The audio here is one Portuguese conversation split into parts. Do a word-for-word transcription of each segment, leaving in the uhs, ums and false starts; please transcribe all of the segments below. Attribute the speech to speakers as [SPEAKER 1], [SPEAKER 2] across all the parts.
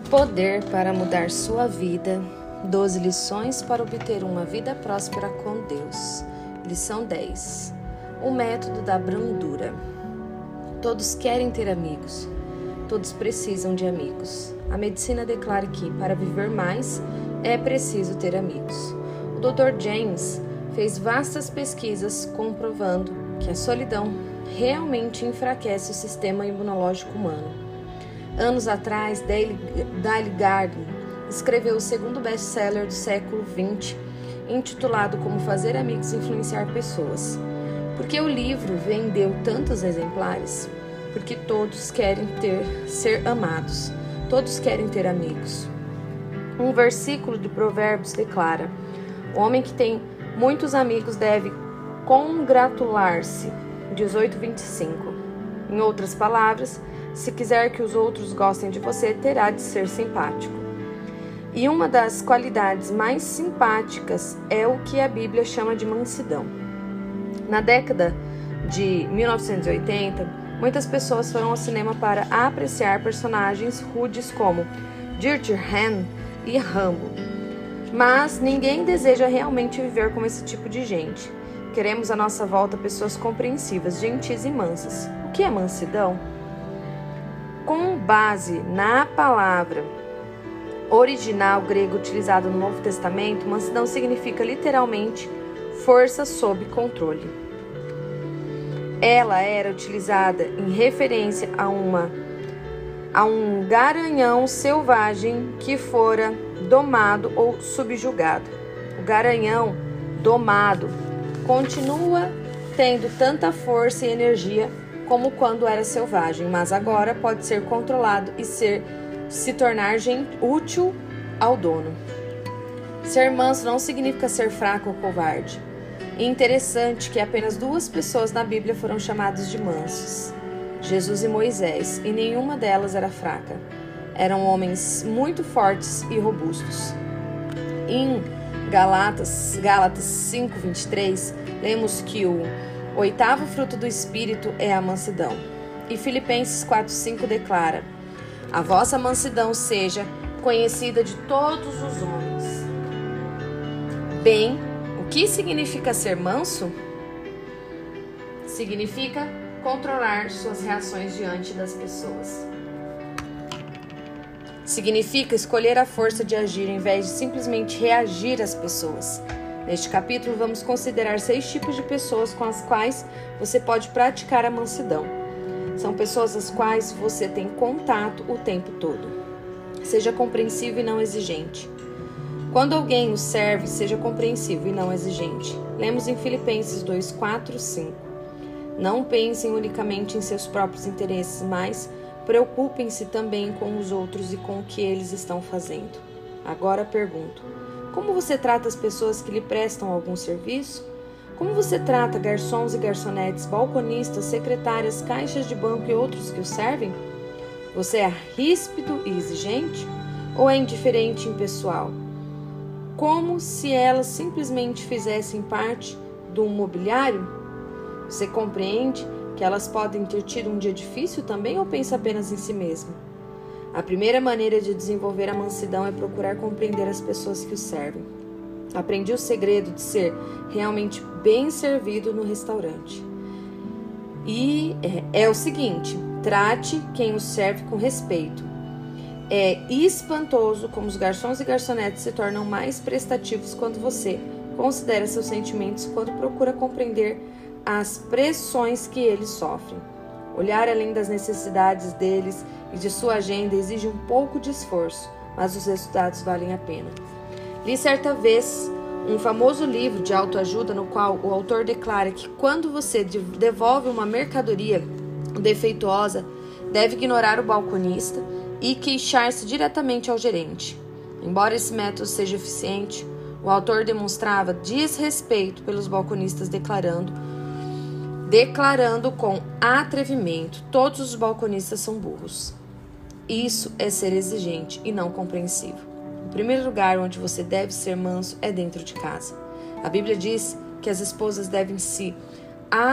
[SPEAKER 1] Poder para mudar sua vida. doze lições para obter uma vida próspera com Deus. Lição dez. O método da brandura. Todos querem ter amigos. Todos precisam de amigos. A medicina declara que, para viver mais, é preciso ter amigos. O doutor James fez vastas pesquisas comprovando que a solidão realmente enfraquece o sistema imunológico humano. Anos atrás, Dale Gardner escreveu o segundo best-seller do século vinte, intitulado Como Fazer Amigos e Influenciar Pessoas. Por que o livro vendeu tantos exemplares? Porque todos querem ter, ser amados, todos querem ter amigos. Um versículo de Provérbios declara: o homem que tem muitos amigos deve congratular-se. dezoito, vinte e cinco. Em outras palavras, se quiser que os outros gostem de você, terá de ser simpático. E uma das qualidades mais simpáticas é o que a Bíblia chama de mansidão. Na década de mil novecentos e oitenta, muitas pessoas foram ao cinema para apreciar personagens rudes como Dirty Harry e Rambo. Mas ninguém deseja realmente viver como esse tipo de gente. Queremos à nossa volta pessoas compreensivas, gentis e mansas. O que é mansidão? Com base na palavra original grega utilizada no Novo Testamento, mansidão significa literalmente força sob controle. Ela era utilizada em referência a, uma, a um garanhão selvagem que fora domado ou subjugado. O garanhão domado continua tendo tanta força e energia como quando era selvagem, mas agora pode ser controlado e ser, se tornar útil ao dono. Ser manso não significa ser fraco ou covarde. É interessante que apenas duas pessoas na Bíblia foram chamadas de mansos: Jesus e Moisés, e nenhuma delas era fraca. Eram homens muito fortes e robustos. Em Gálatas, Gálatas cinco, vinte e três, lemos que o oitavo fruto do Espírito é a mansidão. E Filipenses quatro, cinco declara: a vossa mansidão seja conhecida de todos os homens. Bem, o que significa ser manso? Significa controlar suas reações diante das pessoas. Significa escolher a força de agir em vez de simplesmente reagir às pessoas. Neste capítulo, vamos considerar seis tipos de pessoas com as quais você pode praticar a mansidão. São pessoas às quais você tem contato o tempo todo. Seja compreensivo e não exigente. Quando alguém o serve, seja compreensivo e não exigente. Lemos em Filipenses dois, quatro, cinco. Não pensem unicamente em seus próprios interesses, mas preocupem-se também com os outros e com o que eles estão fazendo. Agora pergunto: como você trata as pessoas que lhe prestam algum serviço? Como você trata garçons e garçonetes, balconistas, secretárias, caixas de banco e outros que o servem? Você é ríspido e exigente? Ou é indiferente e impessoal? Como se elas simplesmente fizessem parte do mobiliário? Você compreende que elas podem ter tido um dia difícil também ou pensa apenas em si mesmo? A primeira maneira de desenvolver a mansidão é procurar compreender as pessoas que o servem. Aprendi o segredo de ser realmente bem servido no restaurante. E é, é o seguinte: trate quem o serve com respeito. É espantoso como os garçons e garçonetes se tornam mais prestativos quando você considera seus sentimentos, quando procura compreender as pressões que eles sofrem. Olhar além das necessidades deles e de sua agenda exige um pouco de esforço, mas os resultados valem a pena. Li certa vez um famoso livro de autoajuda no qual o autor declara que quando você devolve uma mercadoria defeituosa, deve ignorar o balconista e queixar-se diretamente ao gerente. Embora esse método seja eficiente, o autor demonstrava desrespeito pelos balconistas, declarando declarando com atrevimento: todos os balconistas são burros. Isso é ser exigente e não compreensivo. O primeiro lugar onde você deve ser manso é dentro de casa. A Bíblia diz que as esposas devem se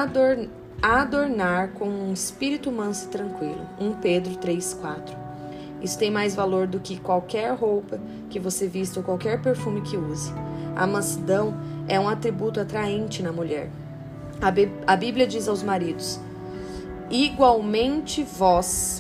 [SPEAKER 1] adornar com um espírito manso e tranquilo. Primeira Pedro três, quatro. Isso tem mais valor do que qualquer roupa que você vista ou qualquer perfume que use. A mansidão é um atributo atraente na mulher. A, Bí- a Bíblia diz aos maridos: igualmente vós,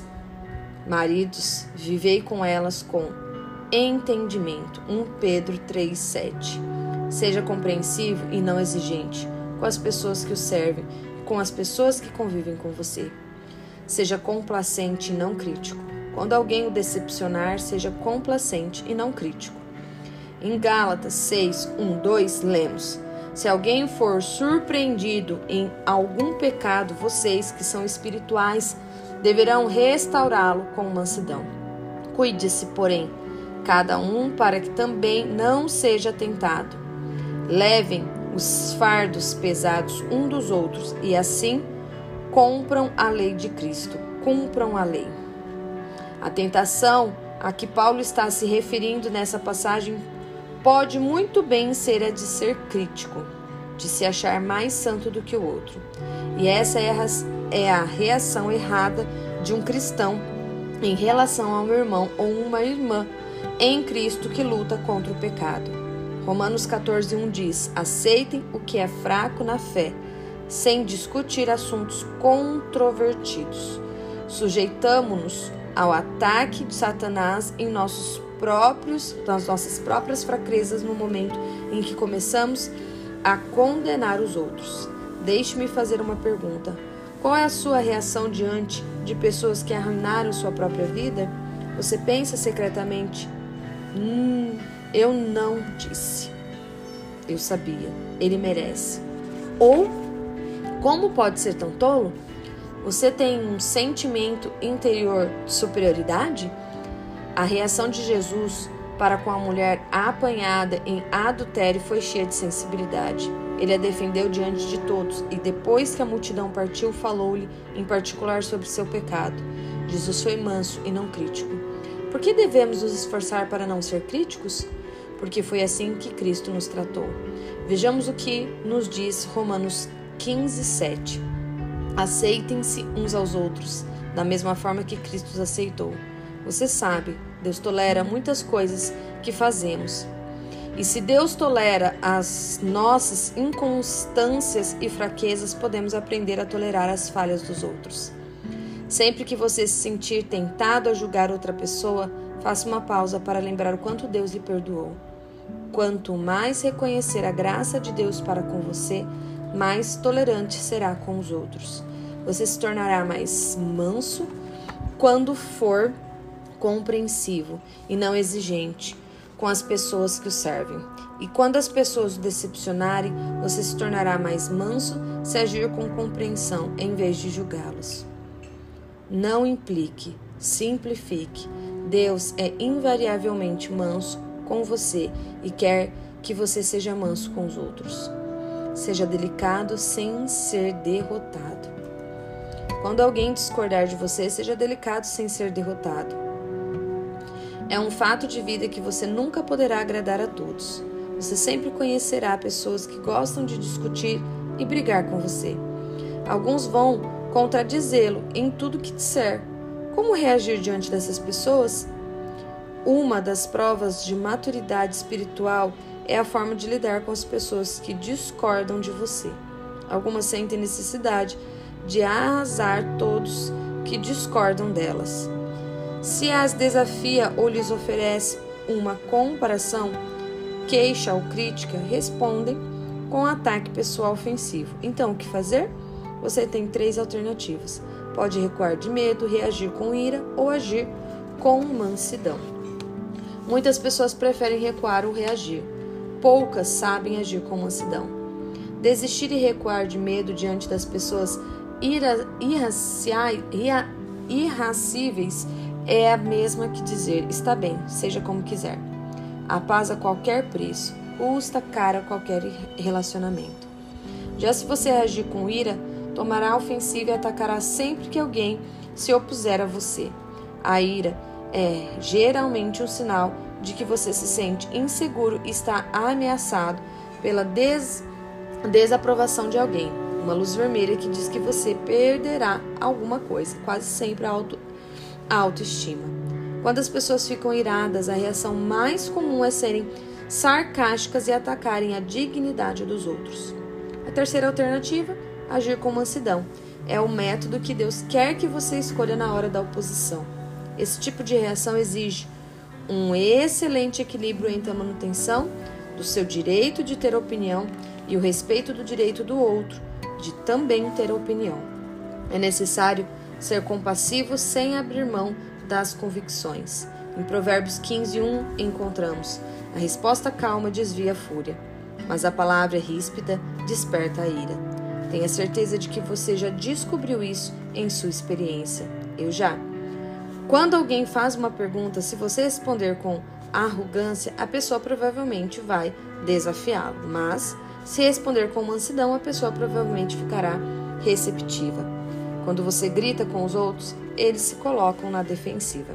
[SPEAKER 1] maridos, vivei com elas com entendimento. primeira Pedro três, sete. Seja compreensivo e não exigente com as pessoas que o servem, com as pessoas que convivem com você. Seja complacente e não crítico. Quando alguém o decepcionar, seja complacente e não crítico. Em Gálatas seis, um, dois, lemos: se alguém for surpreendido em algum pecado, vocês, que são espirituais, deverão restaurá-lo com mansidão. Cuide-se, porém, cada um, para que também não seja tentado. Levem os fardos pesados um dos outros e assim cumpram a lei de Cristo. Cumpram a lei. A tentação a que Paulo está se referindo nessa passagem pode muito bem ser a de ser crítico, de se achar mais santo do que o outro. E essa é a reação errada de um cristão em relação a um irmão ou uma irmã em Cristo que luta contra o pecado. Romanos quatorze, um diz: aceitem o que é fraco na fé, sem discutir assuntos controvertidos. Sujeitamo-nos ao ataque de Satanás em nossos próprios, nas nossas próprias fraquezas no momento em que começamos a condenar os outros. Deixe-me fazer uma pergunta. Qual é a sua reação diante de pessoas que arruinaram sua própria vida? Você pensa secretamente: Hum, eu não disse. Eu sabia. Ele merece. Ou, como pode ser tão tolo? Você tem um sentimento interior de superioridade? A reação de Jesus para com a mulher apanhada em adultério foi cheia de sensibilidade. Ele a defendeu diante de todos e depois que a multidão partiu, falou-lhe em particular sobre seu pecado. Jesus foi manso e não crítico. Por que devemos nos esforçar para não ser críticos? Porque foi assim que Cristo nos tratou. Vejamos o que nos diz Romanos quinze, sete. Aceitem-se uns aos outros, da mesma forma que Cristo os aceitou. Você sabe, Deus tolera muitas coisas que fazemos. E se Deus tolera as nossas inconstâncias e fraquezas, podemos aprender a tolerar as falhas dos outros. Sempre que você se sentir tentado a julgar outra pessoa, faça uma pausa para lembrar o quanto Deus lhe perdoou. Quanto mais reconhecer a graça de Deus para com você, mais tolerante será com os outros. Você se tornará mais manso quando for compreensivo e não exigente com as pessoas que o servem. E quando as pessoas o decepcionarem, você se tornará mais manso se agir com compreensão em vez de julgá-los. Não implique, simplifique. Deus é invariavelmente manso com você e quer que você seja manso com os outros. Seja delicado sem ser derrotado. Quando alguém discordar de você, seja delicado sem ser derrotado. É um fato de vida que você nunca poderá agradar a todos. Você sempre conhecerá pessoas que gostam de discutir e brigar com você. Alguns vão contradizê-lo em tudo que disser. Como reagir diante dessas pessoas? Uma das provas de maturidade espiritual é a forma de lidar com as pessoas que discordam de você. Algumas sentem necessidade de arrasar todos que discordam delas. Se as desafia ou lhes oferece uma comparação, queixa ou crítica, respondem com ataque pessoal ofensivo. Então, o que fazer? Você tem três alternativas. Pode recuar de medo, reagir com ira ou agir com mansidão. Muitas pessoas preferem recuar ou reagir. Poucas sabem agir com mansidão. Desistir e recuar de medo diante das pessoas ira, irraciais, ira, irracíveis é a mesma que dizer: está bem, seja como quiser. A paz a qualquer preço, custa caro a qualquer relacionamento. Já se você reagir com ira, tomará a ofensiva e atacará sempre que alguém se opuser a você. A ira é geralmente um sinal de que você se sente inseguro e está ameaçado pela des... desaprovação de alguém. Uma luz vermelha que diz que você perderá alguma coisa, quase sempre a auto... a autoestima. Quando as pessoas ficam iradas, a reação mais comum é serem sarcásticas e atacarem a dignidade dos outros. A terceira alternativa, agir com mansidão, é o método que Deus quer que você escolha na hora da oposição. Esse tipo de reação exige um excelente equilíbrio entre a manutenção do seu direito de ter opinião e o respeito do direito do outro de também ter opinião. É necessário ser compassivo sem abrir mão das convicções. Em Provérbios quinze, um, encontramos: a resposta calma desvia a fúria, mas a palavra ríspida desperta a ira. Tenha certeza de que você já descobriu isso em sua experiência. Eu já. Quando alguém faz uma pergunta, se você responder com arrogância, a pessoa provavelmente vai desafiá-lo, mas se responder com mansidão, a pessoa provavelmente ficará receptiva. Quando você grita com os outros, eles se colocam na defensiva.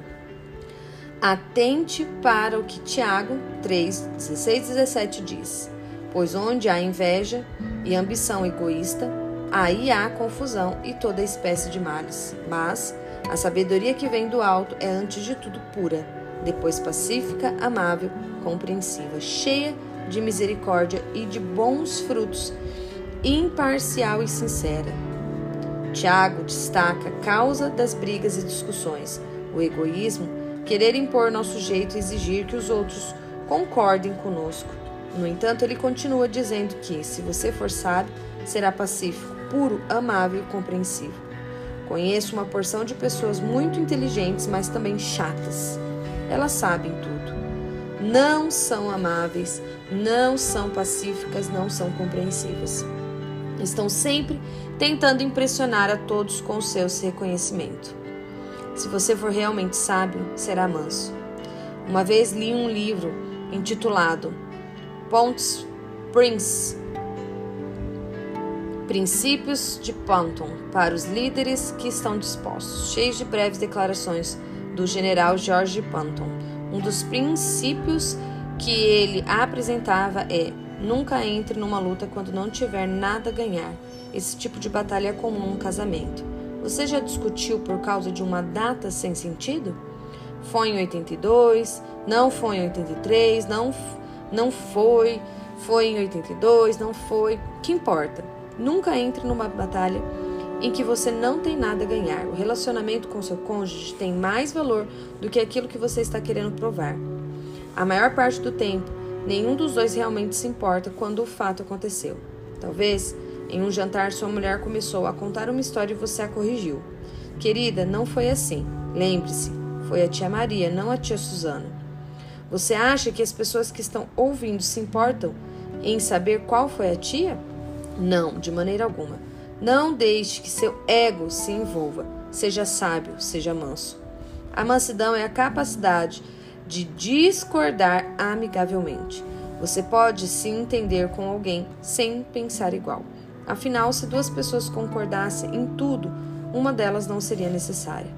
[SPEAKER 1] Atente para o que Tiago três, dezesseis e dezessete diz: pois onde há inveja e ambição egoísta, aí há confusão e toda espécie de males. Mas a sabedoria que vem do alto é antes de tudo pura, depois pacífica, amável, compreensiva, cheia de misericórdia e de bons frutos, imparcial e sincera. Tiago destaca a causa das brigas e discussões: o egoísmo, querer impor nosso jeito e exigir que os outros concordem conosco. No entanto, ele continua dizendo que, se você for sábio, será pacífico, puro, amável e compreensivo. Conheço uma porção de pessoas muito inteligentes, mas também chatas. Elas sabem tudo. Não são amáveis, não são pacíficas, não são compreensivas. Estão sempre tentando impressionar a todos com o seu reconhecimento. Se você for realmente sábio, será manso. Uma vez li um livro intitulado Pontos Prince, Princípios de Ponton para os líderes que estão dispostos, cheios de breves declarações do general George Ponton. Um dos princípios que ele apresentava é: nunca entre numa luta quando não tiver nada a ganhar. Esse tipo de batalha é comum no casamento. Você já discutiu por causa de uma data sem sentido? Foi em oitenta e dois, não foi em oitenta e três, não, não foi, foi em oitenta e dois, não foi. O que importa? Nunca entre numa batalha em que você não tem nada a ganhar. O relacionamento com seu cônjuge tem mais valor do que aquilo que você está querendo provar. A maior parte do tempo, nenhum dos dois realmente se importa quando o fato aconteceu. Talvez, em um jantar, sua mulher começou a contar uma história e você a corrigiu. Querida, não foi assim. Lembre-se, foi a tia Maria, não a tia Susana. Você acha que as pessoas que estão ouvindo se importam em saber qual foi a tia? Não, de maneira alguma. Não deixe que seu ego se envolva. Seja sábio, seja manso. A mansidão é a capacidade de discordar amigavelmente. Você pode se entender com alguém sem pensar igual. Afinal, se duas pessoas concordassem em tudo, uma delas não seria necessária.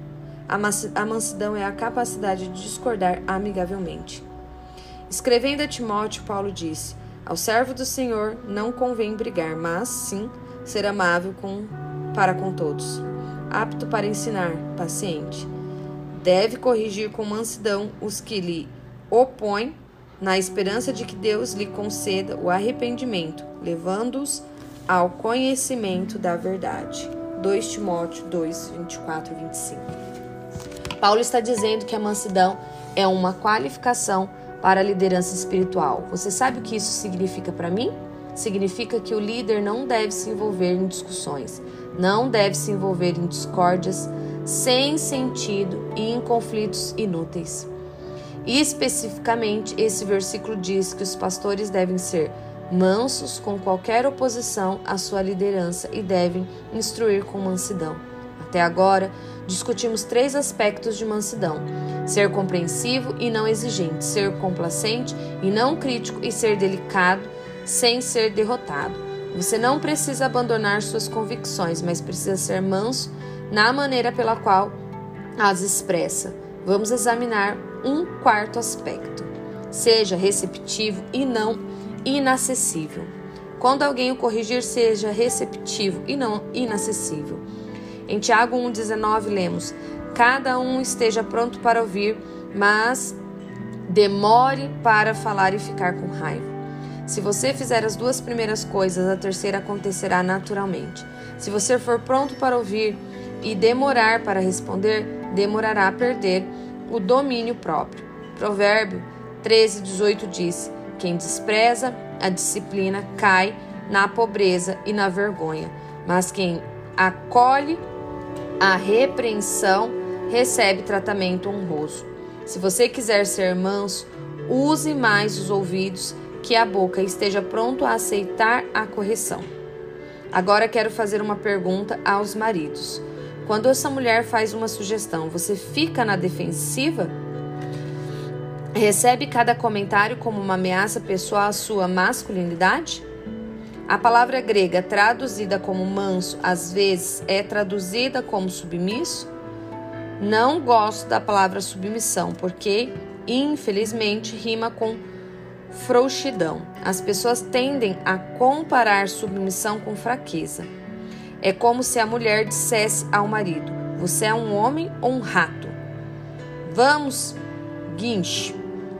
[SPEAKER 1] A mansidão é a capacidade de discordar amigavelmente. Escrevendo a Timóteo, Paulo disse: ao servo do Senhor não convém brigar, mas sim ser amável com, para com todos, apto para ensinar, paciente. Deve corrigir com mansidão os que lhe opõem, na esperança de que Deus lhe conceda o arrependimento, levando-os ao conhecimento da verdade. dois Timóteo dois, vinte e quatro e vinte e cinco. Paulo está dizendo que a mansidão é uma qualificação para a liderança espiritual. Você sabe o que isso significa para mim? Significa que o líder não deve se envolver em discussões, não deve se envolver em discórdias sem sentido e em conflitos inúteis. E especificamente, esse versículo diz que os pastores devem ser mansos com qualquer oposição à sua liderança e devem instruir com mansidão. Até agora, discutimos três aspectos de mansidão: ser compreensivo e não exigente, ser complacente e não crítico e ser delicado sem ser derrotado. Você não precisa abandonar suas convicções, mas precisa ser manso na maneira pela qual as expressa. Vamos examinar um quarto aspecto: seja receptivo e não inacessível. Quando alguém o corrigir, seja receptivo e não inacessível. Em Tiago um, dezenove, lemos: cada um esteja pronto para ouvir, mas demore para falar e ficar com raiva. Se você fizer as duas primeiras coisas, a terceira acontecerá naturalmente. Se você for pronto para ouvir e demorar para responder, demorará a perder o domínio próprio. Provérbio treze, dezoito diz: quem despreza a disciplina cai na pobreza e na vergonha, mas quem acolhe a repreensão recebe tratamento honroso. Se você quiser ser manso, use mais os ouvidos que a boca, esteja pronto a aceitar a correção. Agora quero fazer uma pergunta aos maridos. Quando essa mulher faz uma sugestão, você fica na defensiva? Recebe cada comentário como uma ameaça pessoal à sua masculinidade? A palavra grega traduzida como manso, às vezes é traduzida como submisso. Não gosto da palavra submissão, porque, infelizmente, rima com frouxidão. As pessoas tendem a comparar submissão com fraqueza. É como se a mulher dissesse ao marido: você é um homem ou um rato? Vamos, guinche.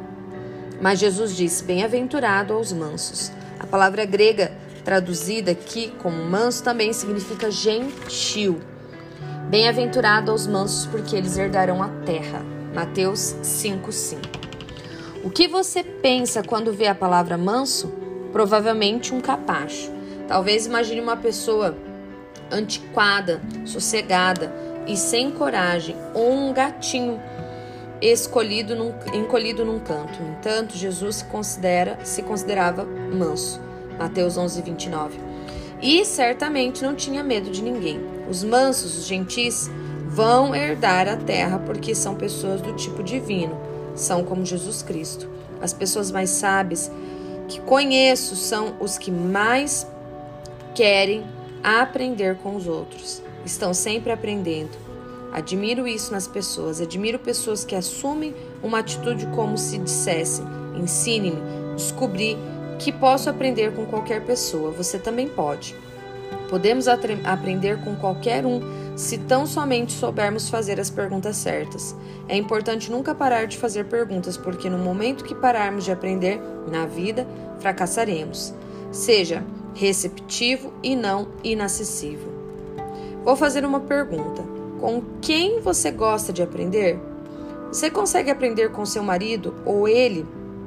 [SPEAKER 1] Mas Jesus disse: bem-aventurado aos mansos. A palavra grega traduzida aqui como manso também significa gentil. Bem-aventurado aos mansos, porque eles herdarão a terra. Mateus cinco, cinco. O que você pensa quando vê a palavra manso? Provavelmente um capacho. Talvez imagine uma pessoa antiquada, sossegada e sem coragem, ou um gatinho escolhido num, encolhido num canto. No entanto, Jesus se, considera, se considerava manso. Mateus onze, vinte e nove. E certamente não tinha medo de ninguém. Os mansos, os gentis, vão herdar a terra porque são pessoas do tipo divino. São como Jesus Cristo. As pessoas mais sábias que conheço são os que mais querem aprender com os outros. Estão sempre aprendendo. Admiro isso nas pessoas. Admiro pessoas que assumem uma atitude como se dissessem: ensine-me, descobri que posso aprender com qualquer pessoa. Você também pode. Podemos aprender com qualquer um se tão somente soubermos fazer as perguntas certas. É importante nunca parar de fazer perguntas, porque no momento que pararmos de aprender na vida, fracassaremos. Seja receptivo e não inacessível. Vou fazer uma pergunta. Com quem você gosta de aprender? Você consegue aprender com seu marido ou ele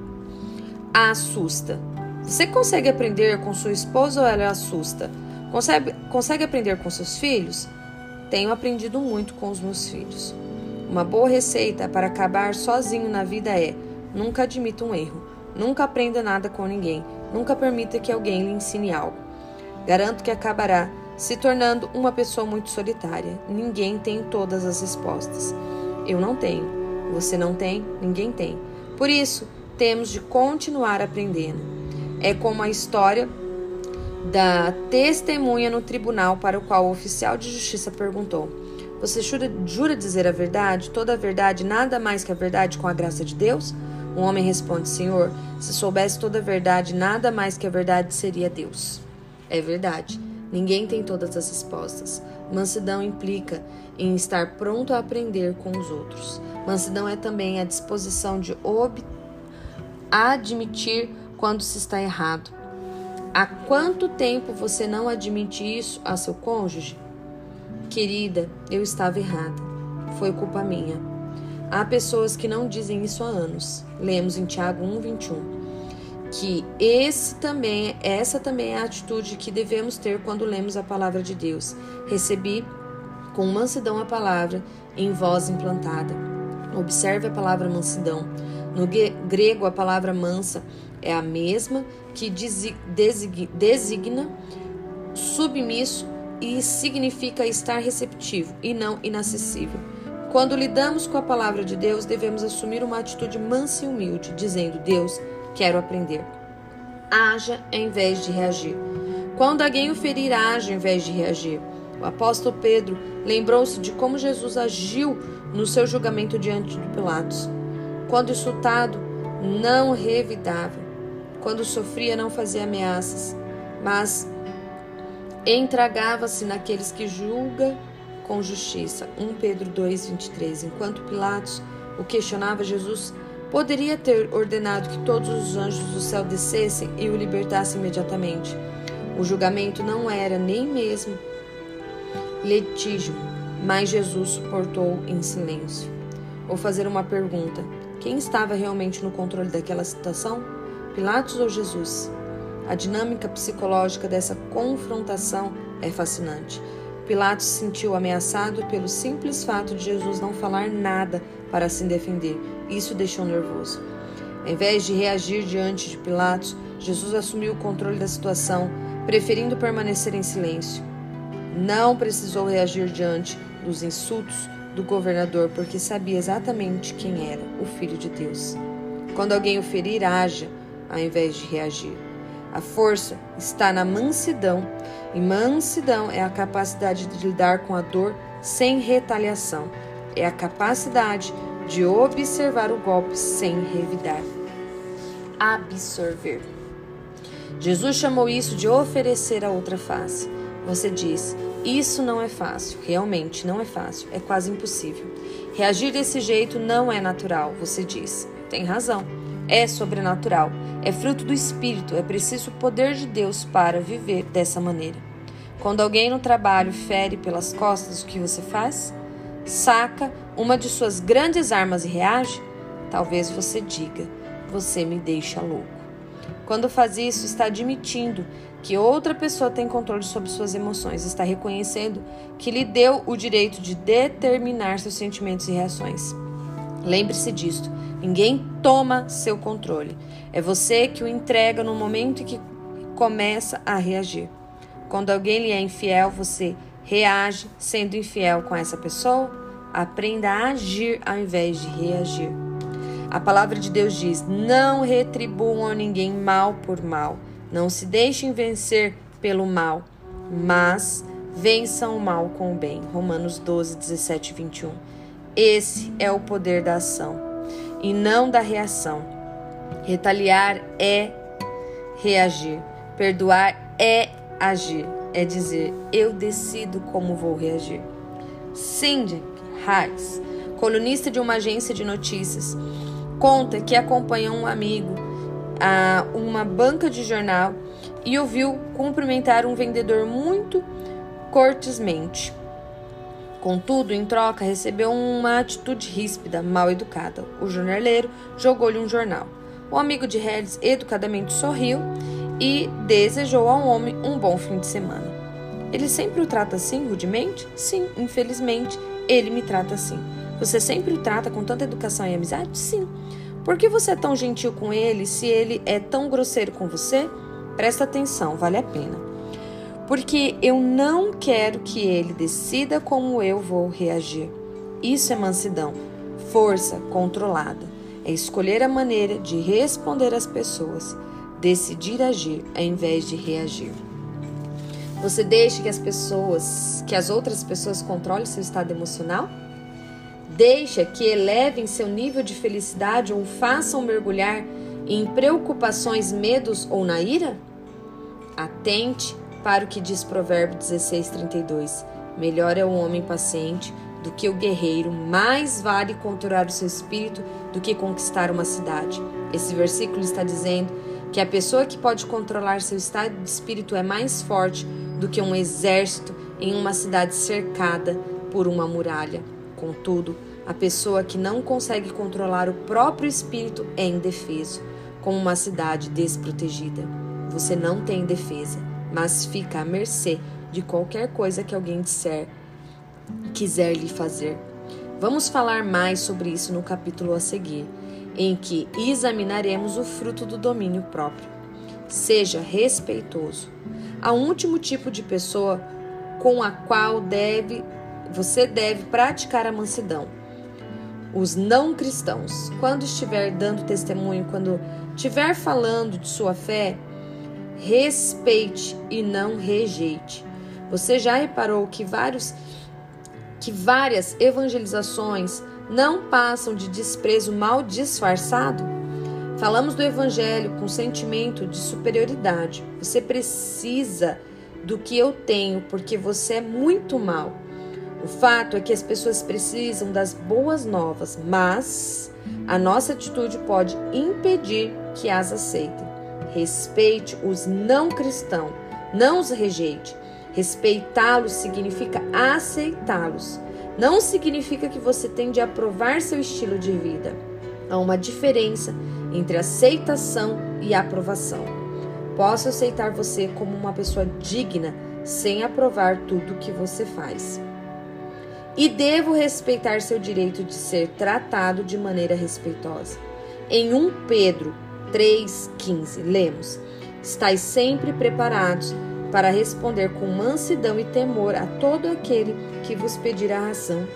[SPEAKER 1] a assusta? Você consegue aprender com sua esposa ou ela a assusta? Consegue, consegue aprender com seus filhos? Tenho aprendido muito com os meus filhos. Uma boa receita para acabar sozinho na vida é: nunca admita um erro, nunca aprenda nada com ninguém, nunca permita que alguém lhe ensine algo. Garanto que acabará se tornando uma pessoa muito solitária. Ninguém tem todas as respostas. Eu não tenho, você não tem, ninguém tem. Por isso, temos de continuar aprendendo. É como a história da testemunha no tribunal para o qual o oficial de justiça perguntou: você jura, jura dizer a verdade, toda a verdade, nada mais que a verdade com a graça de Deus? O homem responde: Senhor, se soubesse toda a verdade, nada mais que a verdade seria Deus. É verdade, ninguém tem todas as respostas. Mansidão implica em estar pronto a aprender com os outros. Mansidão é também a disposição de ob... admitir quando se está errado. Há quanto tempo você não admite isso a seu cônjuge? Querida, eu estava errada. Foi culpa minha. Há pessoas que não dizem isso há anos. Lemos em Tiago um, vinte e um. Que esse também, essa também é a atitude que devemos ter quando lemos a palavra de Deus. Recebi com mansidão a palavra em voz implantada. Observe a palavra mansidão. No grego, a palavra mansa é a mesma que designa submisso e significa estar receptivo e não inacessível. Quando lidamos com a palavra de Deus, devemos assumir uma atitude mansa e humilde, dizendo: Deus, quero aprender. Haja em vez de reagir. Quando alguém o ferir, haja em vez de reagir. O apóstolo Pedro lembrou-se de como Jesus agiu no seu julgamento diante de Pilatos. Quando insultado, não revidava. Quando sofria, não fazia ameaças, mas entregava-se naqueles que julga com justiça. Primeira Pedro dois, vinte e três. Enquanto Pilatos o questionava, Jesus poderia ter ordenado que todos os anjos do céu descessem e o libertassem imediatamente. O julgamento não era nem mesmo litígio, mas Jesus suportou em silêncio. Vou fazer uma pergunta. Quem estava realmente no controle daquela situação? Pilatos ou Jesus? A dinâmica psicológica dessa confrontação é fascinante. Pilatos se sentiu ameaçado pelo simples fato de Jesus não falar nada para se defender. Isso o deixou nervoso. Ao invés de reagir diante de Pilatos, Jesus assumiu o controle da situação, preferindo permanecer em silêncio. Não precisou reagir diante dos insultos do governador, porque sabia exatamente quem era, o Filho de Deus. Quando alguém o ferir, haja, ao invés de reagir. A força está na mansidão, e mansidão é a capacidade de lidar com a dor sem retaliação. É a capacidade de observar o golpe sem revidar. Absorver. Jesus chamou isso de oferecer a outra face. Você diz, isso não é fácil. Realmente não é fácil, é quase impossível. Reagir desse jeito não é natural, você diz. Tem razão, é sobrenatural, é fruto do Espírito, é preciso o poder de Deus para viver dessa maneira. Quando alguém no trabalho fere pelas costas, o que você faz? Saca uma de suas grandes armas e reage? Talvez você diga, você me deixa louco. Quando faz isso, está admitindo que outra pessoa tem controle sobre suas emoções, está reconhecendo que lhe deu o direito de determinar seus sentimentos e reações. Lembre-se disto, ninguém toma seu controle. É você que o entrega no momento em que começa a reagir. Quando alguém lhe é infiel, você reage sendo infiel com essa pessoa? Aprenda a agir ao invés de reagir. A palavra de Deus diz, não retribuam a ninguém mal por mal. Não se deixem vencer pelo mal, mas vençam o mal com o bem. Romanos doze, dezessete e vinte e um. Esse é o poder da ação e não da reação. Retaliar é reagir. Perdoar é agir. É dizer, eu decido como vou reagir. Cindy Harris, colunista de uma agência de notícias, conta que acompanhou um amigo a uma banca de jornal e ouviu cumprimentar um vendedor muito cortesmente. Contudo, em troca, recebeu uma atitude ríspida, mal educada. O jornaleiro jogou-lhe um jornal. O amigo de Harris educadamente sorriu e desejou ao homem um bom fim de semana. Ele sempre o trata assim, rudemente? Sim, infelizmente, ele me trata assim. Você sempre o trata com tanta educação e amizade? Sim. Por que você é tão gentil com ele se ele é tão grosseiro com você? Presta atenção, vale a pena. Porque eu não quero que ele decida como eu vou reagir. Isso é mansidão, força controlada. É escolher a maneira de responder às pessoas, decidir agir ao invés de reagir. Você deixa que as pessoas, que as outras pessoas controlem seu estado emocional? Deixa que elevem seu nível de felicidade ou façam mergulhar em preocupações, medos ou na ira? Atente para o que diz Provérbios dezesseis, trinta e dois. Melhor é o homem paciente do que o guerreiro, mais vale controlar o seu espírito do que conquistar uma cidade. Esse versículo está dizendo que a pessoa que pode controlar seu estado de espírito é mais forte do que um exército em uma cidade cercada por uma muralha. Contudo, a pessoa que não consegue controlar o próprio espírito é indefeso, como uma cidade desprotegida. Você não tem defesa, mas fica à mercê de qualquer coisa que alguém disser, quiser lhe fazer. Vamos falar mais sobre isso no capítulo a seguir, em que examinaremos o fruto do domínio próprio. Seja respeitoso. Há um último tipo de pessoa com a qual deve, você deve praticar a mansidão. Os não cristãos. Quando estiver dando testemunho, quando estiver falando de sua fé, respeite e não rejeite. Você já reparou que, vários, que várias evangelizações não passam de desprezo mal disfarçado? Falamos do evangelho com sentimento de superioridade. Você precisa do que eu tenho porque você é muito mal. O fato é que as pessoas precisam das boas novas, mas a nossa atitude pode impedir que as aceitem. Respeite os não cristãos, não os rejeite. Respeitá-los significa aceitá-los. Não significa que você tem de aprovar seu estilo de vida. Há uma diferença entre aceitação e aprovação. Posso aceitar você como uma pessoa digna sem aprovar tudo que você faz. E devo respeitar seu direito de ser tratado de maneira respeitosa. Em Primeira Pedro três, quinze, lemos: estais sempre preparados para responder com mansidão e temor a todo aquele que vos pedir a razão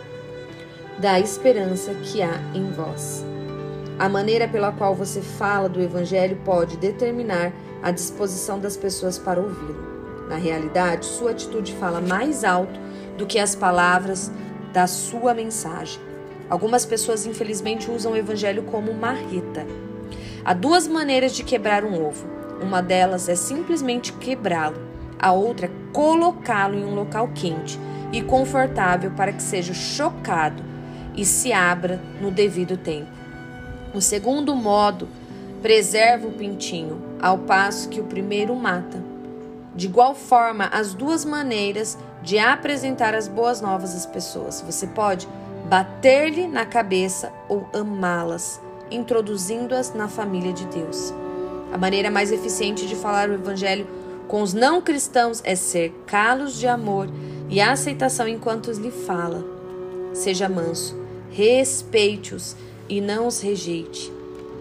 [SPEAKER 1] da esperança que há em vós. A maneira pela qual você fala do Evangelho pode determinar a disposição das pessoas para ouvi-lo. Na realidade, sua atitude fala mais alto do que as palavras da sua mensagem. Algumas pessoas, infelizmente, usam o Evangelho como marreta. Há duas maneiras de quebrar um ovo. Uma delas é simplesmente quebrá-lo. A outra é colocá-lo em um local quente e confortável para que seja chocado e se abra no devido tempo. O segundo modo preserva o pintinho, ao passo que o primeiro mata. De igual forma, as duas maneiras de apresentar as boas novas às pessoas. Você pode bater-lhe na cabeça ou amá-las, introduzindo-as na família de Deus. A maneira mais eficiente de falar o Evangelho com os não cristãos é cercá-los de amor e aceitação enquanto lhe fala. Seja manso, respeite-os e não os rejeite.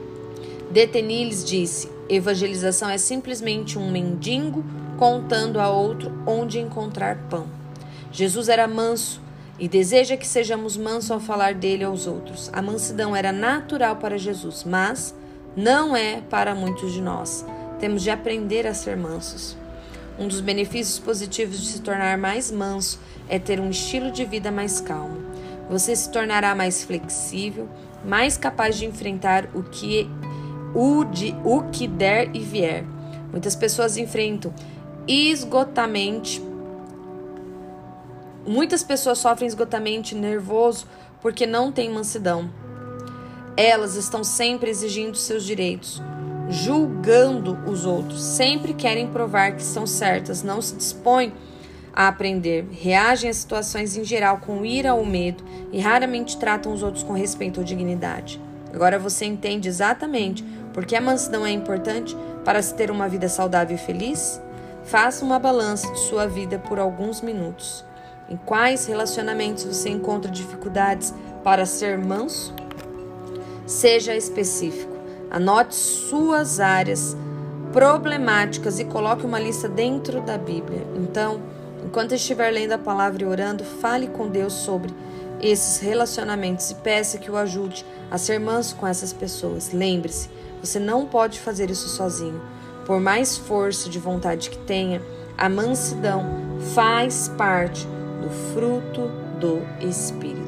[SPEAKER 1] Detenilles disse: evangelização é simplesmente um mendigo contando a outro onde encontrar pão. Jesus era manso e deseja que sejamos mansos ao falar dele aos outros. A mansidão era natural para Jesus, mas não é para muitos de nós. Temos de aprender a ser mansos. Um dos benefícios positivos de se tornar mais manso é ter um estilo de vida mais calmo. Você se tornará mais flexível, mais capaz de enfrentar o que, o, de, o que der e vier. Muitas pessoas enfrentam esgotamento. Muitas pessoas sofrem esgotamento nervoso porque não têm mansidão. Elas estão sempre exigindo seus direitos, julgando os outros, sempre querem provar que são certas, não se dispõem a aprender, reagem às situações em geral com ira ou medo e raramente tratam os outros com respeito ou dignidade. Agora você entende exatamente por que a mansidão é importante para se ter uma vida saudável e feliz? Faça uma balança de sua vida por alguns minutos. Em quais relacionamentos você encontra dificuldades para ser manso? Seja específico. Anote suas áreas problemáticas e coloque uma lista dentro da Bíblia. Então, enquanto estiver lendo a palavra e orando, fale com Deus sobre esses relacionamentos e peça que o ajude a ser manso com essas pessoas. Lembre-se, você não pode fazer isso sozinho. Por mais força de vontade que tenha, a mansidão faz parte do fruto do Espírito.